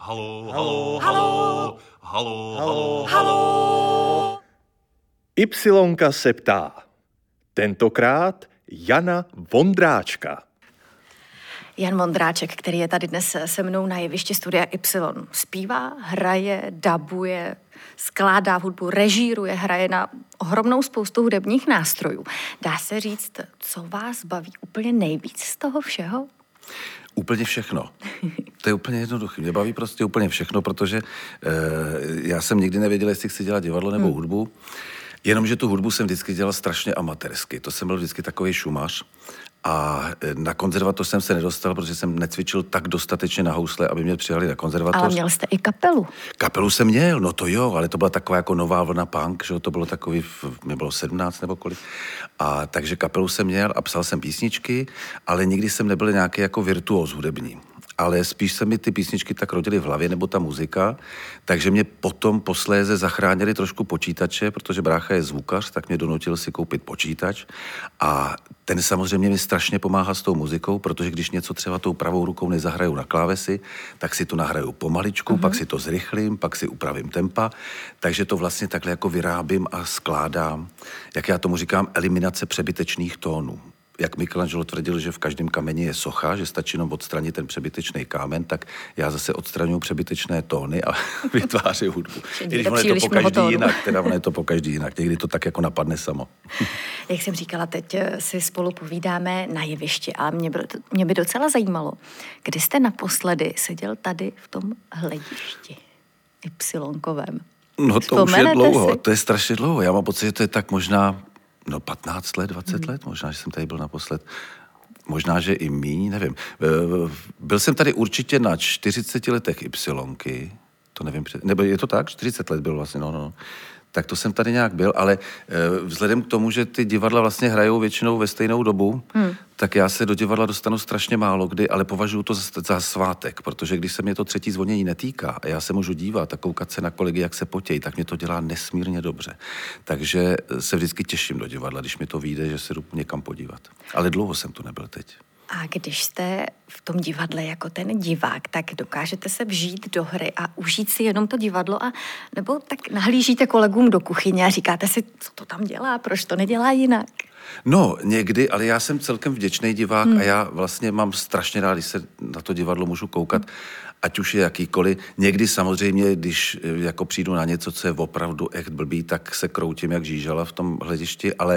Halo, Halo, halo, halo, halo, halo. Ypsilonka se ptá. Tentokrát Jana Vondráčka. Jan Vondráček, který je tady dnes se mnou na jevišti Studia Y. Zpívá, hraje, dabuje, skládá hudbu, režíruje, hraje na ohromnou spoustu hudebních nástrojů. Dá se říct, co vás baví úplně nejvíc z toho všeho? Úplně všechno. To je úplně jednoduché. Mě baví prostě úplně všechno, protože já jsem nikdy nevěděl, jestli chci dělat divadlo nebo hudbu. Jenomže tu hudbu jsem vždycky dělal strašně amatérsky. To jsem byl vždycky takový šumař. A na konzervatoř jsem se nedostal, protože jsem necvičil tak dostatečně na housle, aby mě přijali na konzervatoř. Ale měl jste i kapelu. Kapelu jsem měl, no to jo, ale to byla taková jako nová vlna punk, že to bylo takový, mě bylo 17 nebo kolik. A takže kapelu jsem měl a psal jsem písničky, ale nikdy jsem nebyl nějaký jako virtuóz hudební. Ale spíš se mi ty písničky tak rodily v hlavě, nebo ta muzika, takže mě potom posléze zachránili trošku počítače, protože brácha je zvukař, tak mě donutil si koupit počítač a ten samozřejmě mi strašně pomáhá s tou muzikou, protože když něco třeba tou pravou rukou nezahraju na klávesi, tak si to nahraju pomaličku, pak si to zrychlím, pak si upravím tempa, takže to vlastně takhle jako vyrábím a skládám, jak já tomu říkám, eliminace přebytečných tónů. Jak Michelangelo tvrdil, že v každém kameni je socha, že stačí jenom odstranit ten přebytečný kámen, tak já zase odstraňuji přebytečné tóny a vytvářím hudbu. I když ono je to po každý jinak, teda ono je to po každý jinak, někdy to tak jako napadne samo. Jak jsem říkala, teď si spolu povídáme na jevišti, ale mě by docela zajímalo, kdy jste naposledy seděl tady v tom hledišti Ypsilonkovém. No to už je dlouho, to je strašně dlouho. Já mám pocit, že to je tak možná 15 let, 20 let, možná, že jsem tady byl naposled. Možná, že i míň, nevím. Byl jsem tady určitě na 40 letech Ypsilonky, to nevím, nebo je to tak? 40 let byl vlastně, no. Tak to jsem tady nějak byl, ale vzhledem k tomu, že ty divadla vlastně hrajou většinou ve stejnou dobu, tak já se do divadla dostanu strašně málo kdy, ale považuji to za svátek, protože když se mě to třetí zvonění netýká a já se můžu dívat a koukat se na kolegy, jak se potějí, tak mě to dělá nesmírně dobře. Takže se vždycky těším do divadla, když mi to vyjde, že se jdu někam podívat. Ale dlouho jsem tu nebyl teď. A když jste v tom divadle jako ten divák, tak dokážete se vžít do hry a užít si jenom to divadlo a nebo tak nahlížíte kolegům do kuchyně a říkáte si, co to tam dělá, proč to nedělá jinak? No, někdy, ale já jsem celkem vděčný divák a já vlastně mám strašně rád, když se na to divadlo můžu koukat, ať už je jakýkoliv. Někdy samozřejmě, když jako přijdu na něco, co je opravdu echt blbý, tak se kroutím jak žížala v tom hledišti, ale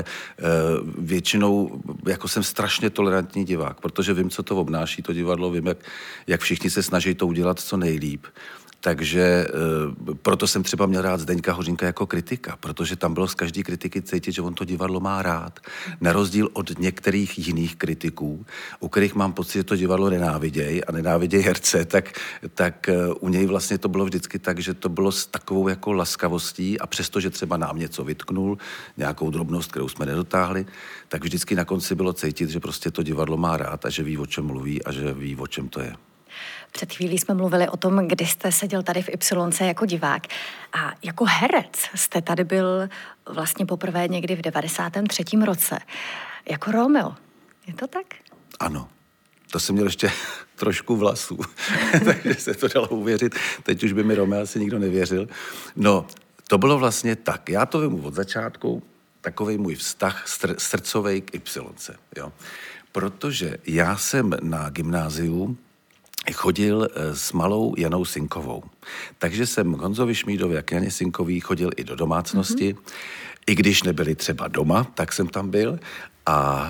většinou jako jsem strašně tolerantní divák, protože vím, co to obnáší to divadlo, vím, jak všichni se snaží to udělat co nejlíp. Takže proto jsem třeba měl rád Zdeňka Hořínka jako kritika, protože tam bylo z každé kritiky cítit, že on to divadlo má rád. Na rozdíl od některých jiných kritiků, u kterých mám pocit, že to divadlo nenáviděj a nenáviděj herce, tak u něj vlastně to bylo vždycky tak, že to bylo s takovou jako laskavostí a přesto, že třeba nám něco vytknul, nějakou drobnost, kterou jsme nedotáhli, tak vždycky na konci bylo cítit, že prostě to divadlo má rád a že ví, o čem mluví a že ví, o čem to je. Před chvílí jsme mluvili o tom, kdy jste seděl tady v Ypsilonce jako divák. A jako herec jste tady byl vlastně poprvé někdy v 93. roce. Jako Romeo. Je to tak? Ano. To jsem měl ještě trošku vlasů, takže se to dalo uvěřit. Teď už by mi Romeo asi nikdo nevěřil. No, to bylo vlastně tak. Já to vím od začátku, takovej můj vztah srdcovej k Ypsilonce. Jo? Protože já jsem na gymnáziu chodil s malou Janou Sinkovou. Takže jsem Honzovi Šmídovi a Janě Sinkový chodil i do domácnosti. I když nebyli třeba doma, tak jsem tam byl. A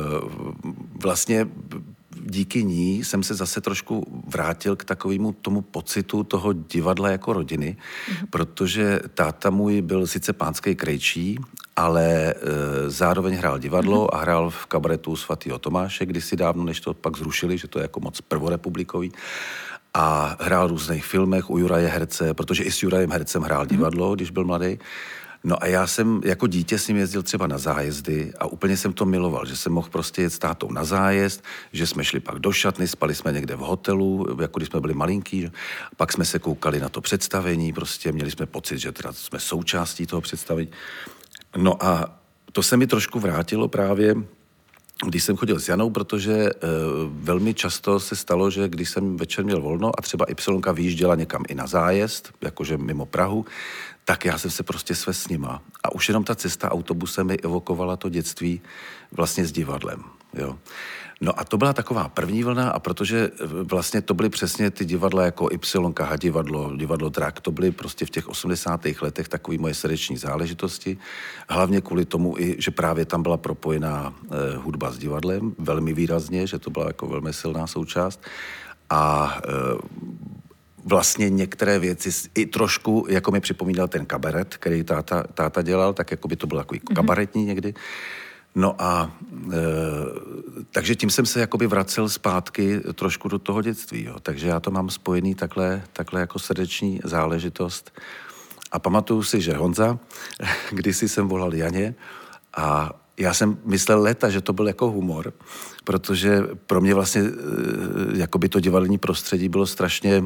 vlastně díky ní jsem se zase trošku vrátil k takovému tomu pocitu toho divadla jako rodiny, protože táta můj byl sice pánský krejčí, ale zároveň hrál divadlo a hrál v kabaretu svatého Tomáše kdysi dávno, než to pak zrušili, že to je jako moc prvorepublikový. A hrál v různých filmech u Juraje Herce, protože i s Jurajem Hercem hrál divadlo, když byl mladý. No a já jsem jako dítě s ním jezdil třeba na zájezdy a úplně jsem to miloval, že jsem mohl prostě jet s tátou na zájezd, že jsme šli pak do šatny, spali jsme někde v hotelu, jako když jsme byli malinký, pak jsme se koukali na to představení, prostě měli jsme pocit, že teda jsme součástí toho představení. No a to se mi trošku vrátilo právě když jsem chodil s Janou, protože velmi často se stalo, že když jsem večer měl volno a třeba Y vyjížděla někam i na zájezd, jakože mimo Prahu, tak já jsem se prostě svést s nima. A už jenom ta cesta autobusem mi evokovala to dětství vlastně s divadlem. Jo. No a to byla taková první vlna a protože vlastně to byly přesně ty divadla jako Y, divadlo Drak, to byly prostě v těch 80. letech takový moje srdeční záležitosti. Hlavně kvůli tomu i, že právě tam byla propojená hudba s divadlem, velmi výrazně, že to byla jako velmi silná součást. A vlastně některé věci i trošku, jako mi připomínal ten kabaret, který táta dělal, tak jako by to bylo takový kabaretní někdy. No a takže tím jsem se jakoby vracel zpátky trošku do toho dětství, jo. Takže já to mám spojený takhle jako srdeční záležitost. A pamatuju si, že Honza, kdysi jsem volal Janě a já jsem myslel léta, že to byl jako humor, protože pro mě vlastně jakoby to divadelní prostředí bylo strašně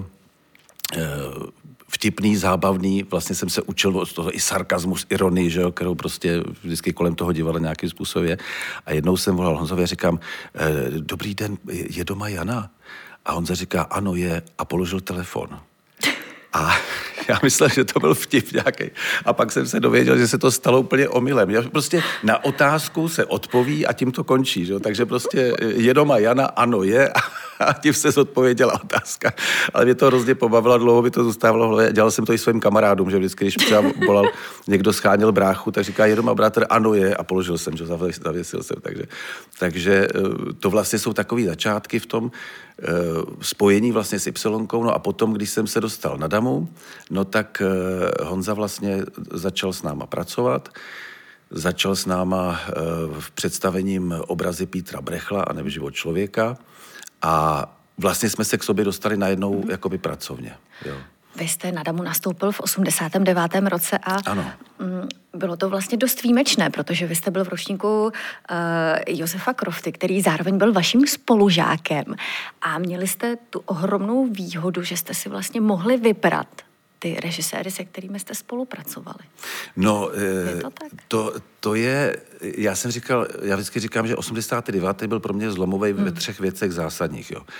vtipný, zábavný, vlastně jsem se učil od toho i sarkazmus, ironii, že jo, kterou prostě vždycky kolem toho divadla nějakým způsobem je. A jednou jsem volal Honzovi a říkám, dobrý den, je doma Jana? A Honza říká, ano, je, a položil telefon. A já myslel, že to byl vtip nějaký. A pak jsem se dověděl, že se to stalo úplně omylem. Prostě na otázku se odpoví a tím to končí. Že? Takže prostě je doma Jana, ano je, a tím se zodpověděla otázka. Ale mě to hrozně pobavilo, dlouho by to zůstávalo v hlavě. Dělal jsem to i svým kamarádům, že vždycky, když třeba volal, někdo scháněl bráchu, tak říká, je doma bratr, ano je, a položil jsem, že zavěsil jsem. Takže to vlastně jsou takový začátky v tom spojení vlastně s Y. No a potom, když jsem se dostal na Damu, no tak Honza vlastně začal s náma pracovat. Začal s náma v představením Obrazy Pítra Brechla a Neb život člověka a vlastně jsme se k sobě dostali najednou jakoby pracovně. Jo. Vy jste na Damu nastoupil v 89. roce a ano. Bylo to vlastně dost výjimečné, protože vy jste byl v ročníku Josefa Crofty, který zároveň byl vaším spolužákem a měli jste tu ohromnou výhodu, že jste si vlastně mohli vybrat ty režiséry, se kterými jste spolupracovali. No, je to tak? To je, já vždycky říkám, že 89. byl pro mě zlomový ve 3 věcech zásadních. Jo.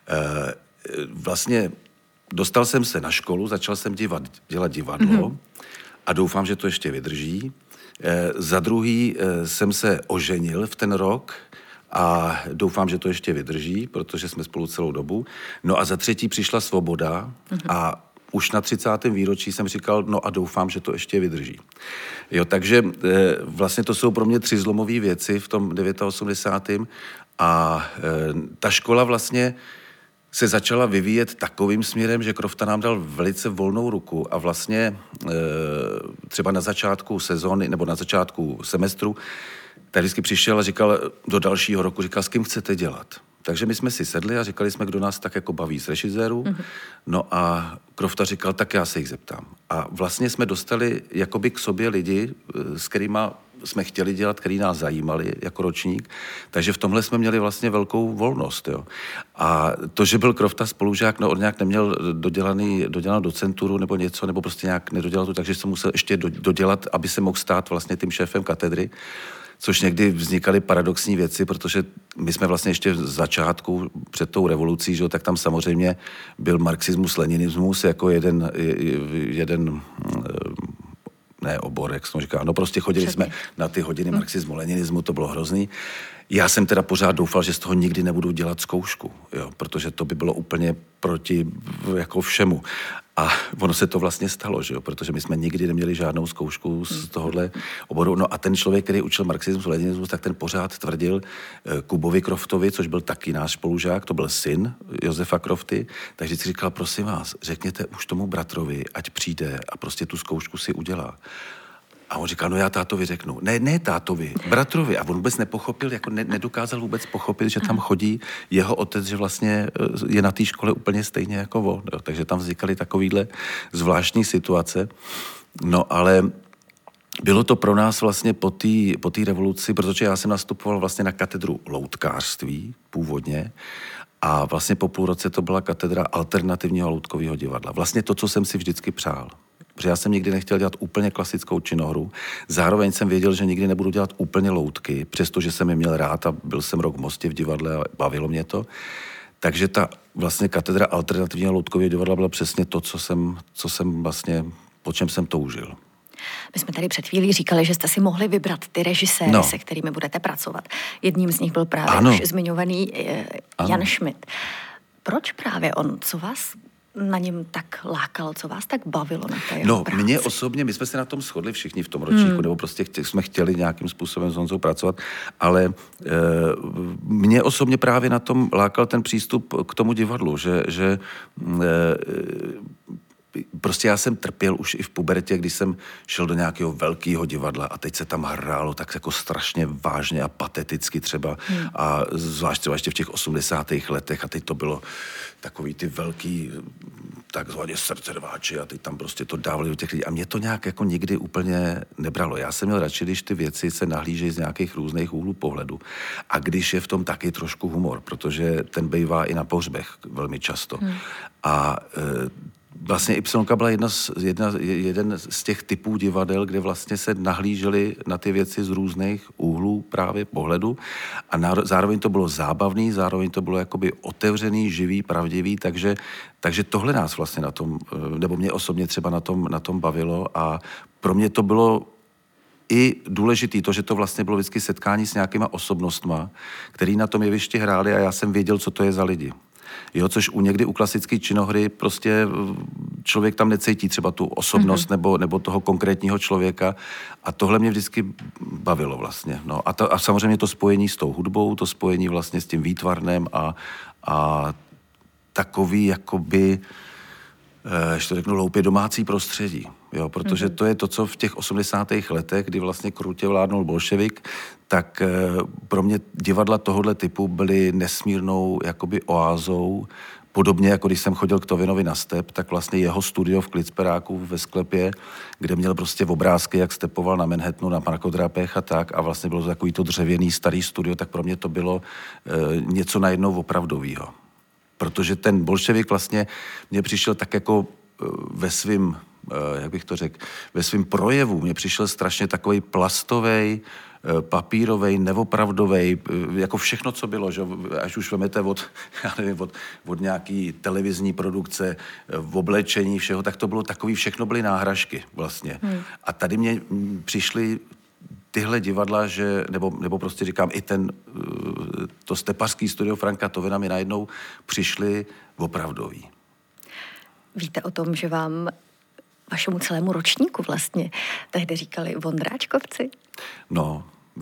Vlastně dostal jsem se na školu, začal jsem dělat divadlo a doufám, že to ještě vydrží. Za druhý jsem se oženil v ten rok a doufám, že to ještě vydrží, protože jsme spolu celou dobu. No a za třetí přišla svoboda a už na 30. výročí jsem říkal, no a doufám, že to ještě vydrží. Jo, takže vlastně to jsou pro mě 3 zlomové věci v tom 89. A ta škola vlastně se začala vyvíjet takovým směrem, že Crofta nám dal velice volnou ruku a vlastně třeba na začátku sezóny nebo na začátku semestru tak vždycky přišel a říkal do dalšího roku, říkal, s kým chcete dělat. Takže my jsme si sedli a říkali jsme, kdo nás tak jako baví z režisérů. No a Crofta říkal, tak já se jich zeptám. A vlastně jsme dostali jakoby k sobě lidi, s kterýma jsme chtěli dělat, který nás zajímali jako ročník. Takže v tomhle jsme měli vlastně velkou volnost. Jo. A to, že byl Crofta spolužák, no on nějak neměl dodělanou docenturu nebo něco, nebo prostě nějak nedodělal to, takže se musel ještě dodělat, aby se mohl stát vlastně tím šéfem katedry. Což někdy vznikaly paradoxní věci, protože my jsme vlastně ještě v začátku před tou revolucí, že, tak tam samozřejmě byl marxismus, leninismus jako jeden ne obor, jak jsem říkal, no prostě chodili jsme na ty hodiny marxismu, leninismu, to bylo hrozný. Já jsem teda pořád doufal, že z toho nikdy nebudu dělat zkoušku, jo, protože to by bylo úplně proti jako všemu. A ono se to vlastně stalo, že jo, protože my jsme nikdy neměli žádnou zkoušku z tohohle oboru. No a ten člověk, který učil marxismus, leninismus, tak ten pořád tvrdil Kubovi Croftovi, což byl taky náš spolužák, to byl syn Josefa Crofty, takže si říkal, prosím vás, řekněte už tomu bratrovi, ať přijde a prostě tu zkoušku si udělá. A on říkal, no já tátovi řeknu. Ne tátovi, bratrovi. A on vůbec nepochopil, jako nedokázal vůbec pochopit, že tam chodí jeho otec, že vlastně je na té škole úplně stejně jako on. Jo. Takže tam vznikaly takovýhle zvláštní situace. No ale bylo to pro nás vlastně po té revoluci, protože já jsem nastupoval vlastně na katedru loutkářství původně a vlastně po půl roce to byla katedra alternativního loutkového divadla. Vlastně to, co jsem si vždycky přál. Protože já jsem nikdy nechtěl dělat úplně klasickou činohru. Zároveň jsem věděl, že nikdy nebudu dělat úplně loutky, přestože jsem je měl rád a byl jsem rok v Mostě v divadle a bavilo mě to. Takže ta vlastně katedra alternativního loutkového divadla byla přesně to, co jsem vlastně, po čem jsem toužil. My jsme tady před chvílí říkali, že jste si mohli vybrat ty režiséry, se kterými budete pracovat. Jedním z nich byl právě už zmiňovaný Jan Schmidt. Proč právě on? Co vás na něm tak lákalo, co vás tak bavilo na té jeho práci? Mě osobně, my jsme se na tom shodli všichni v tom ročníku, nebo prostě jsme chtěli nějakým způsobem s Honzou pracovat, ale mě osobně právě na tom lákal ten přístup k tomu divadlu, že prostě já jsem trpěl už i v pubertě, když jsem šel do nějakého velkého divadla a teď se tam hrálo tak jako strašně vážně a pateticky třeba a zvlášť třeba ještě v těch 80. letech a teď to bylo takový ty velký takzvaně srdcerváči a teď tam prostě to dávali do těch lidí a mě to nějak jako nikdy úplně nebralo. Já jsem měl radši, když ty věci se nahlížejí z nějakých různých úhlů pohledu a když je v tom taky trošku humor, protože ten bejvá i na pohřbech velmi často. A vlastně Y byla jeden z těch typů divadel, kde vlastně se nahlíželi na ty věci z různých úhlů právě pohledu a zároveň to bylo zábavný, zároveň to bylo jakoby otevřený, živý, pravdivý, takže tohle nás vlastně na tom, nebo mě osobně třeba na tom bavilo a pro mě to bylo i důležitý to, že to vlastně bylo vždycky setkání s nějakýma osobnostma, který na tom jevišti hráli a já jsem věděl, co to je za lidi. Jo, což někdy u klasické činohry prostě člověk tam necítí třeba tu osobnost nebo toho konkrétního člověka a tohle mě vždycky bavilo vlastně. No a samozřejmě to spojení s tou hudbou, to spojení vlastně s tím výtvarnem a takový jakoby, ještě to řeknu, loupě domácí prostředí. Jo, protože to je to, co v těch 80. letech, kdy vlastně krutě vládnul bolševik, tak pro mě divadla tohohle typu byly nesmírnou jakoby oázou. Podobně jako když jsem chodil k Tovinovi na step, tak vlastně jeho studio v Klicperáku ve sklepě, kde měl prostě obrázky, jak stepoval na Manhattanu, na mrakodrapech a tak a vlastně bylo to takový to dřevěný starý studio, tak pro mě to bylo něco najednou opravdovýho. Protože ten bolševik vlastně mně přišel tak jako ve svým, jak bych to řekl, ve svým projevu mně přišel strašně takovej plastovej, papírovej, neopravdovej, jako všechno, co bylo, že až už vemete od nějaký televizní produkce, v oblečení, všeho, tak to bylo takový, všechno byly náhražky vlastně. A tady mě přišly tyhle divadla, že, nebo prostě říkám, i to stepařský studio Franka Tovina mi najednou přišly opravdový. Víte o tom, že vám vašemu celému ročníku vlastně tehdy říkali Vondráčkovci? No,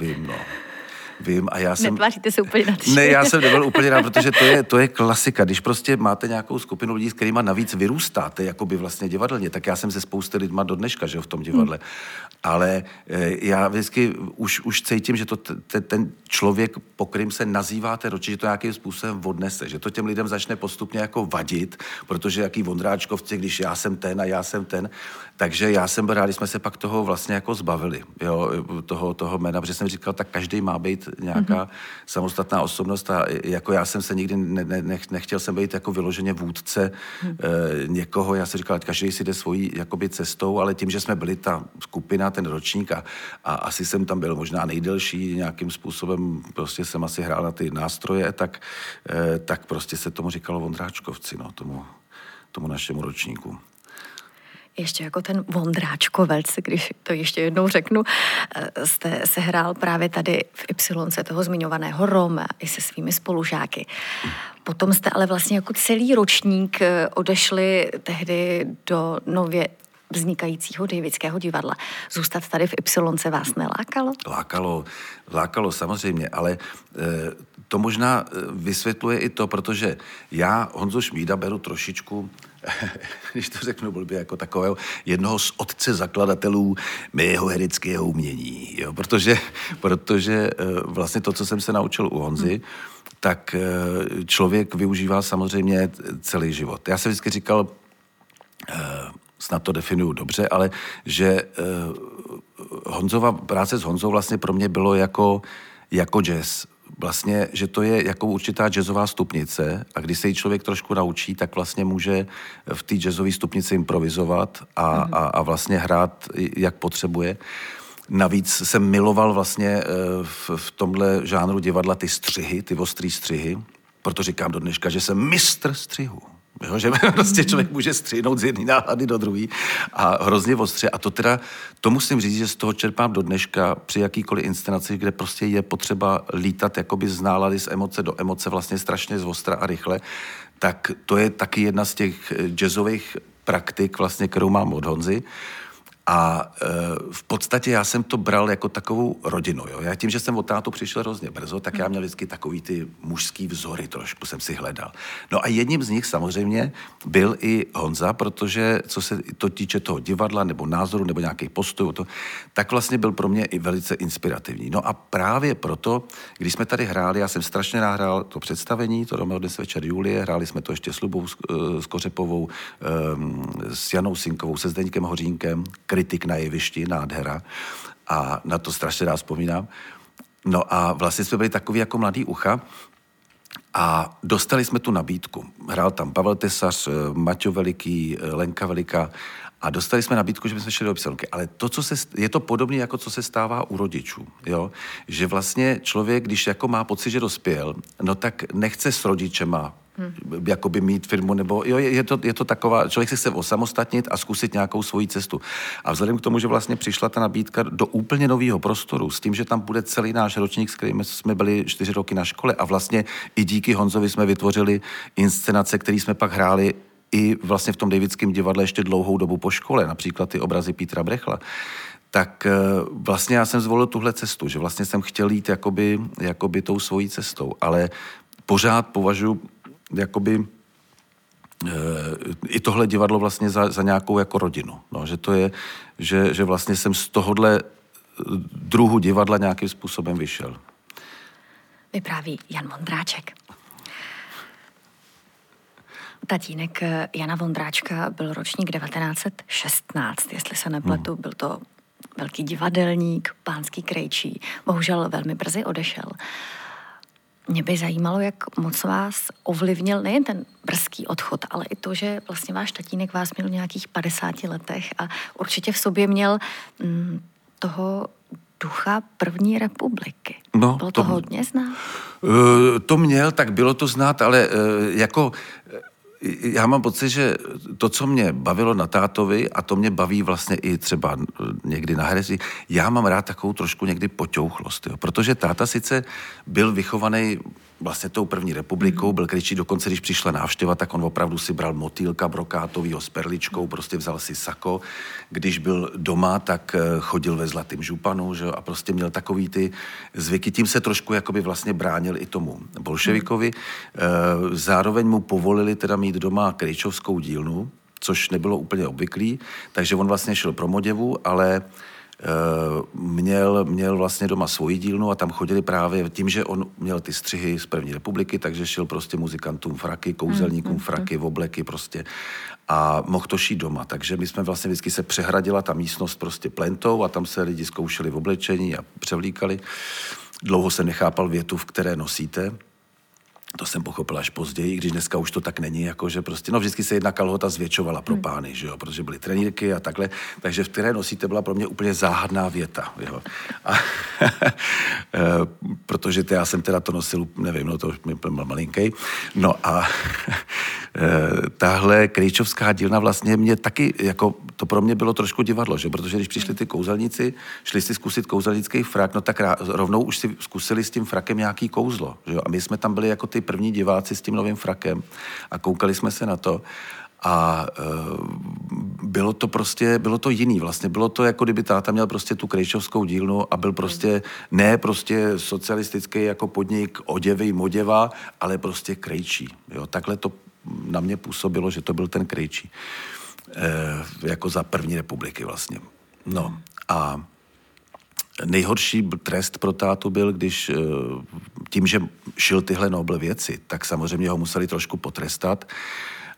vím a já jsem... Netváříte se úplně nadšeně. Ne, já jsem nebyl úplně rád, protože to je klasika. Když prostě máte nějakou skupinu lidí, s kterýma navíc vyrůstáte, jakoby vlastně divadelně, tak já jsem se spousty lidma do dneška, že jo, v tom divadle. Ale já vždycky už cítím, že to ten člověk, po kterým se nazýváte ročník, že to nějakým způsobem odnese, že to těm lidem začne postupně jako vadit, protože jaký Vondráčkovci, když já jsem ten a já jsem ten. Takže já jsem byl rád, když jsme se pak toho vlastně jako zbavili, jo, toho jména, protože jsem říkal, tak každý má být nějaká samostatná osobnost a jako já jsem se nikdy nechtěl jsem být jako vyloženě vůdce někoho, já jsem říkal, ať každý si jde svojí jakoby cestou, ale tím, že jsme byli ta skupina, ten ročník a asi jsem tam byl možná nejdelší, nějakým způsobem prostě jsem asi hrál na ty nástroje, tak prostě se tomu říkalo Vondráčkovci, no, tomu našemu ročníku. Ještě jako ten Vondráčkovec, když to ještě jednou řeknu, jste se hrál právě tady v Y toho zmiňovaného Roma i se svými spolužáky. Potom jste ale vlastně jako celý ročník odešli tehdy do nově vznikajícího Davidského divadla. Zůstat tady v Y vás nelákalo? Lákalo samozřejmě, ale to možná vysvětluje i to, protože já Honzu Šmída beru trošičku, když to řeknu blbě, jako takového jednoho z otce zakladatelů mého hereckého umění, jo? Protože vlastně to, co jsem se naučil u Honzy, tak člověk využívá samozřejmě celý život. Já jsem vždycky říkal, snad to definuju dobře, ale že práce s Honzou vlastně pro mě bylo jako jazz. vlastně, že to je jako určitá jazzová stupnice a když se ji člověk trošku naučí, tak vlastně může v té jazzové stupnici improvizovat a vlastně hrát, jak potřebuje. Navíc jsem miloval vlastně v tomhle žánru divadla ty střihy, ty ostrý střihy, proto říkám do dneška, že jsem mistr střihu. Jo, že prostě člověk může střihnout z jedné nálady do druhé a hrozně ostře. A to musím říct, že z toho čerpám do dneška při jakýkoliv inscenaci, kde prostě je potřeba lítat jakoby z nálady, z emoce do emoce, vlastně strašně zostra a rychle, tak to je taky jedna z těch jazzových praktik, vlastně, kterou mám od Honzy. A v podstatě já jsem to bral jako takovou rodinu. Jo? Já tím, že jsem od tátu přišel hrozně brzo, tak já měl vždycky takový ty mužský vzory, trošku jsem si hledal. No a jedním z nich samozřejmě byl i Honza, protože co se to týče toho divadla nebo názoru nebo nějakých postojů, tak vlastně byl pro mě i velice inspirativní. No a právě proto, když jsme tady hráli, já jsem strašně nahrál to představení, to Romeo dnes večer Julie, hráli jsme to ještě s Lubou s Kořepovou, s Janou Sinkovou, se Zdeňkem Hořínkem, Kritik na jevišti, nádhera. A na to strašně rád vzpomínám. No a vlastně jsme byli takový jako mladý ucha a dostali jsme tu nabídku. Hrál tam Pavel Tesař, Maťo Veliký, Lenka Veliká a dostali jsme nabídku, že bychom šli do Ypsilonky. Ale je to podobné, jako co se stává u rodičů. Jo? Že vlastně člověk, když jako má pocit, že dospěl, no tak nechce s rodičema jakoby mít firmu, nebo jo, je to taková, člověk se chce osamostatnit a zkusit nějakou svoji cestu. A vzhledem k tomu, že vlastně přišla ta nabídka do úplně nového prostoru, s tím, že tam bude celý náš ročník, s kterým jsme byli 4 roky na škole a vlastně i díky Honzovi jsme vytvořili inscenace, které jsme pak hráli i vlastně v tom Davidském divadle ještě dlouhou dobu po škole, například ty obrazy Petra Brechla, tak vlastně já jsem zvolil tuhle cestu, že vlastně jsem chtěl jít jakoby tou svojí cestou, ale pořád považuji jakoby i tohle divadlo vlastně za nějakou jako rodinu. No, že to je, že vlastně jsem z tohohle druhu divadla nějakým způsobem vyšel. Vypráví Jan Vondráček. Tatínek Jana Vondráčka byl ročník 1916, jestli se nepletu, byl to velký divadelník, pánský krejčí, bohužel velmi brzy odešel. Mě by zajímalo, jak moc vás ovlivnil nejen ten brzký odchod, ale i to, že vlastně váš tatínek vás měl v nějakých 50 letech a určitě v sobě měl toho ducha první republiky. No, bylo to hodně znát? To měl, tak bylo to znát, ale jako já mám pocit, že to, co mě bavilo na tátovi, a to mě baví vlastně i třeba někdy na herezi, já mám rád takovou trošku někdy poťouchlost, jo? Protože táta sice byl vychovaný vlastně tou první republikou, byl krejčí, dokonce když přišla návštěva, tak on opravdu si bral motýlka brokátovýho s perličkou, prostě vzal si sako. Když byl doma, tak chodil ve zlatým županu, že? A prostě měl takový ty zvyky. Tím se trošku jakoby vlastně bránil i tomu bolševikovi. Zároveň mu povolili teda mít doma krejčovskou dílnu, což nebylo úplně obvyklý, takže on vlastně šel pro Moděvu, ale měl vlastně doma svoji dílnu a tam chodili právě tím, že on měl ty střihy z první republiky, takže šel prostě muzikantům fraky, kouzelníkům fraky, obleky prostě a mohl to šít doma. Takže my jsme vlastně vždycky se přehradila ta místnost prostě plentou a tam se lidi zkoušeli v oblečení a převlíkali. Dlouho jsem nechápal větu, v které nosíte. To jsem pochopil až později, když dneska už to tak není, jakože prostě, no vždycky se jedna kalhota zvětšovala pro pány, že jo, protože byly trenýrky a takhle, takže v které nosíte byla pro mě úplně záhadná věta, jo. A protože já jsem teda to nosil, nevím, no to už mi byl malinkej, no a tahle krejčovská dílna vlastně mě taky, jako to pro mě bylo trošku divadlo, že? Protože když přišli ty kouzelníci, šli si zkusit kouzelnický frak, no tak rovnou už si zkusili s tím frakem nějaký kouzlo, že jo? A my jsme tam byli jako ty první diváci s tím novým frakem a koukali jsme se na to a bylo to jiný vlastně, bylo to jako kdyby táta měl prostě tu krejčovskou dílnu a byl prostě, ne prostě socialistický jako podnik oděvy, moděva, ale prostě krejčí, jo? Takhle to na mě působilo, že to byl ten krejčí. Jako za první republiky vlastně. No a nejhorší trest pro tátu byl, když tím, že šil tyhle noble věci, tak samozřejmě ho museli trošku potrestat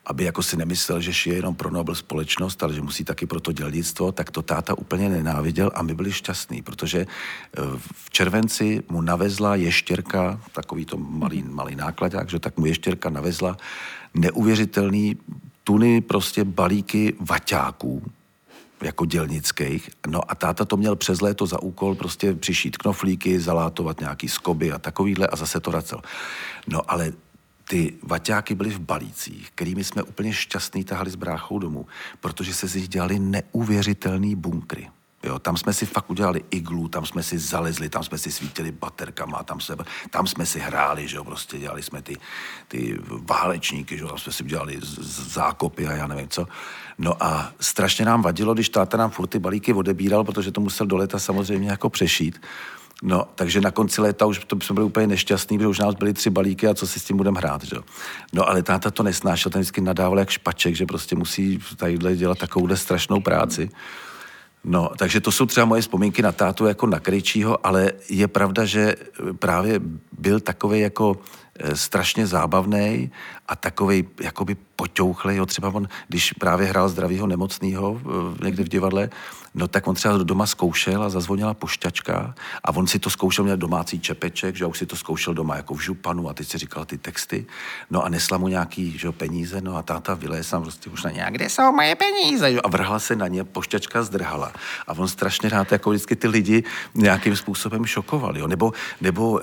aby jako si nemyslel, že šije jenom pro Nobel společnost, ale že musí taky pro to dělnictvo, tak to táta úplně nenáviděl a my byli šťastní, protože v červenci mu navezla ještěrka, takový to malý nákladák, že tak mu ještěrka navezla neuvěřitelný tuny, prostě balíky vaťáků, jako dělnických. No a táta to měl přes léto za úkol prostě přišít knoflíky, zalátovat nějaký skoby a takovýhle a zase to vracel. No ale ty vaťáky byly v balících, kterými jsme úplně šťastný tahali s bráchou domů, protože se z nich dělali neuvěřitelný bunkry. Jo, tam jsme si fakt udělali iglu, tam jsme si zalezli, tam jsme si svítili baterkama, tam jsme si hráli, že jo, prostě dělali jsme ty válečníky, že jo, tam jsme si udělali zákopy a já nevím co. No a strašně nám vadilo, když táta nám furt ty balíky odebíral, protože to musel do léta samozřejmě jako přešít. No, takže na konci léta už jsme byli úplně nešťastní, protože už nás byly 3 balíky a co si s tím budeme hrát, že? No, ale táta to nesnášel, ten vždycky nadával jak špaček, že prostě musí tadyhle dělat takovouhle strašnou práci. No, takže to jsou třeba moje vzpomínky na tátu jako na Krejčího, ale je pravda, že právě byl takovej jako strašně zábavnej a takovej jakoby poťouchlej. Třeba on, když právě hrál zdravýho nemocnýho někde v divadle, no tak on třeba doma zkoušel a zazvonila pošťačka a on si to zkoušel, měl domácí čepeček, že už si to zkoušel doma jako v županu a teď si říkal ty texty, no a nesla mu nějaký, že peníze, no a táta vylez tam prostě už na ně, kde jsou moje peníze, že? A vrhla se na ně, pošťačka zdrhala a on strašně rád jako vždycky ty lidi nějakým způsobem šokoval, jo? Nebo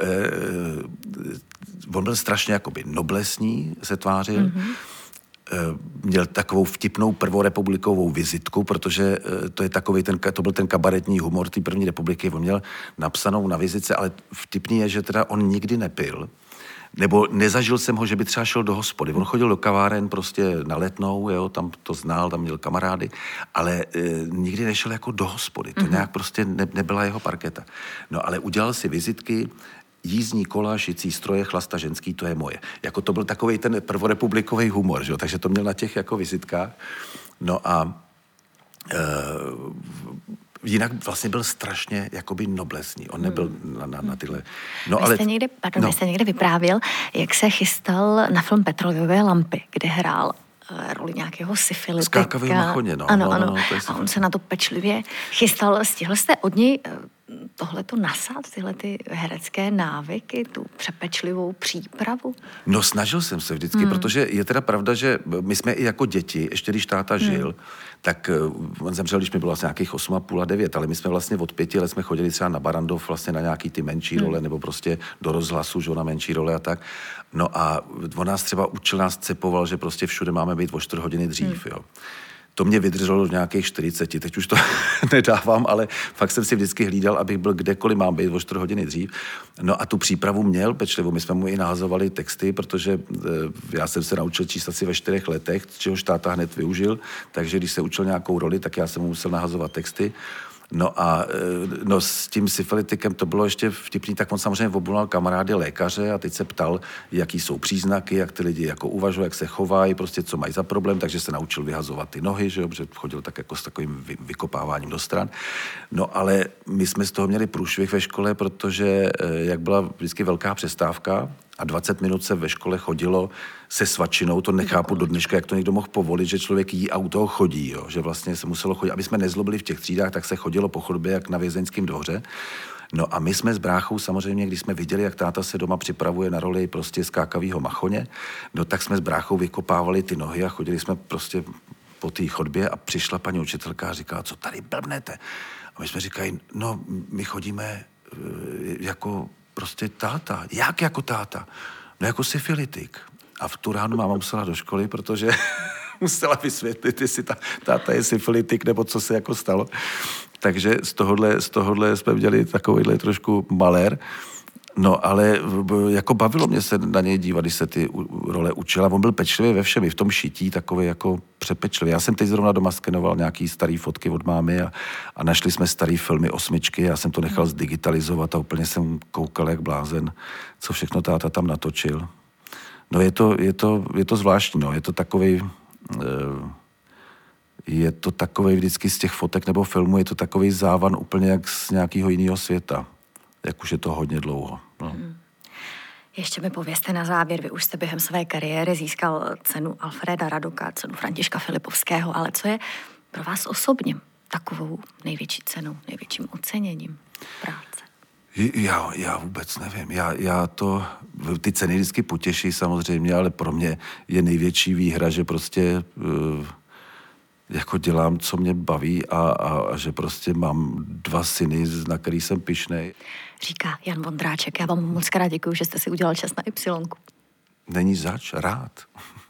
on byl strašně jakoby noblesní, se tvářil, měl takovou vtipnou prvorepublikovou vizitku, protože to byl ten kabaretní humor té první republiky. On měl napsanou na vizitce, ale vtipný je, že teda on nikdy nepil, nebo nezažil jsem ho, že by třeba šel do hospody. On chodil do kaváren prostě na Letnou, jo, tam to znal, tam měl kamarády, ale nikdy nešel jako do hospody. To nějak prostě nebyla jeho parketa. No ale udělal si vizitky, jízdní kola, šicí stroje, chlasta ženský, to je moje. Jako to byl takovej ten prvorepublikový humor, že? Takže to měl na těch jako vizitkách. No a jinak vlastně byl strašně jakoby noblesní. On nebyl na tyhle... No, vy jste někde vyprávěl, jak se chystal na film Petrolejové lampy, kde hrál roli nějakého syfilitika. Skákavého Machoně, no. Ano. A on se na to pečlivě chystal. Stihl jste od něj tohleto nasát, tyhle ty herecké návyky, tu přepečlivou přípravu? No snažil jsem se vždycky, protože je teda pravda, že my jsme i jako děti, ještě když táta žil, tak on zemřel, když mi bylo vlastně nějakých 8,5 a 9, ale my jsme vlastně od 5 let jsme chodili třeba na Barandov vlastně na nějaký ty menší role, nebo prostě do rozhlasu, že na menší role a tak. No a on nás třeba učil, nás cepoval, že prostě všude máme být o 4 hodiny dřív, jo. To mě vydrželo do nějakých 40, teď už to nedávám, ale fakt jsem si vždycky hlídal, abych byl kdekoliv mám být o 4 hodiny dřív. No a tu přípravu měl pečlivou, my jsme mu i nahazovali texty, protože já jsem se naučil číst asi ve 4 letech, čehož táta hned využil, takže když se učil nějakou roli, tak já jsem mu musel nahazovat texty. No a s tím syfilitikem to bylo ještě vtipný, tak on samozřejmě obvolal kamarády lékaře a teď se ptal, jaký jsou příznaky, jak ty lidi jako uvažují, jak se chovají, prostě co mají za problém, takže se naučil vyhazovat ty nohy, že jo, protože chodil tak jako s takovým vykopáváním do stran. No ale my jsme z toho měli průšvih ve škole, protože jak byla vždycky velká přestávka, a 20 minut se ve škole chodilo se svačinou, to nechápu do dneška, jak to někdo mohl povolit, že člověk jí a u toho chodí, jo? Že vlastně se muselo chodit, aby jsme nezlobili v těch třídách, tak se chodilo po chodbě jak na vězeňském dvoře. No a my jsme s bráchou samozřejmě, když jsme viděli, jak táta se doma připravuje na roli prostě skákavýho Machoně, no tak jsme s bráchou vykopávali ty nohy a chodili jsme prostě po té chodbě a přišla paní učitelka a říkala, co tady blbnete? A my jsme říkali, no my chodíme jako prostě táta. Jak jako táta? No jako syfilitik. A v tu ránu máma musela do školy, protože musela vysvětlit, jestli táta je syfilitik, nebo co se jako stalo. Takže z tohohle jsme měli takovýhle trošku malér. No, ale jako bavilo mě se na něj dívat, když se ty role učila. On byl pečlivý ve všem, i v tom šití, takový jako přepečlivý. Já jsem teď zrovna doma skenoval nějaký starý fotky od mámy a našli jsme starý filmy 8. Já jsem to nechal zdigitalizovat a úplně jsem koukal jak blázen, co všechno táta tam natočil. No je to zvláštní, no. Je to takovej vždycky z těch fotek nebo filmů, je to takový závan úplně jak z nějakého jiného světa. Jak už je to hodně dlouho. No. Ještě mi povězte na závěr, vy už jste během své kariéry získal cenu Alfreda Radoka, cenu Františka Filipovského, ale co je pro vás osobně takovou největší cenou, největším oceněním práce? Já vůbec nevím. Ty ceny vždycky potěší samozřejmě, ale pro mě je největší výhra, že prostě jako dělám, co mě baví a že prostě mám 2 syny, na který jsem pyšnej. Říká Jan Vondráček. Já vám moc krát děkuju, že jste si udělal čas na Y. Není zač, rád.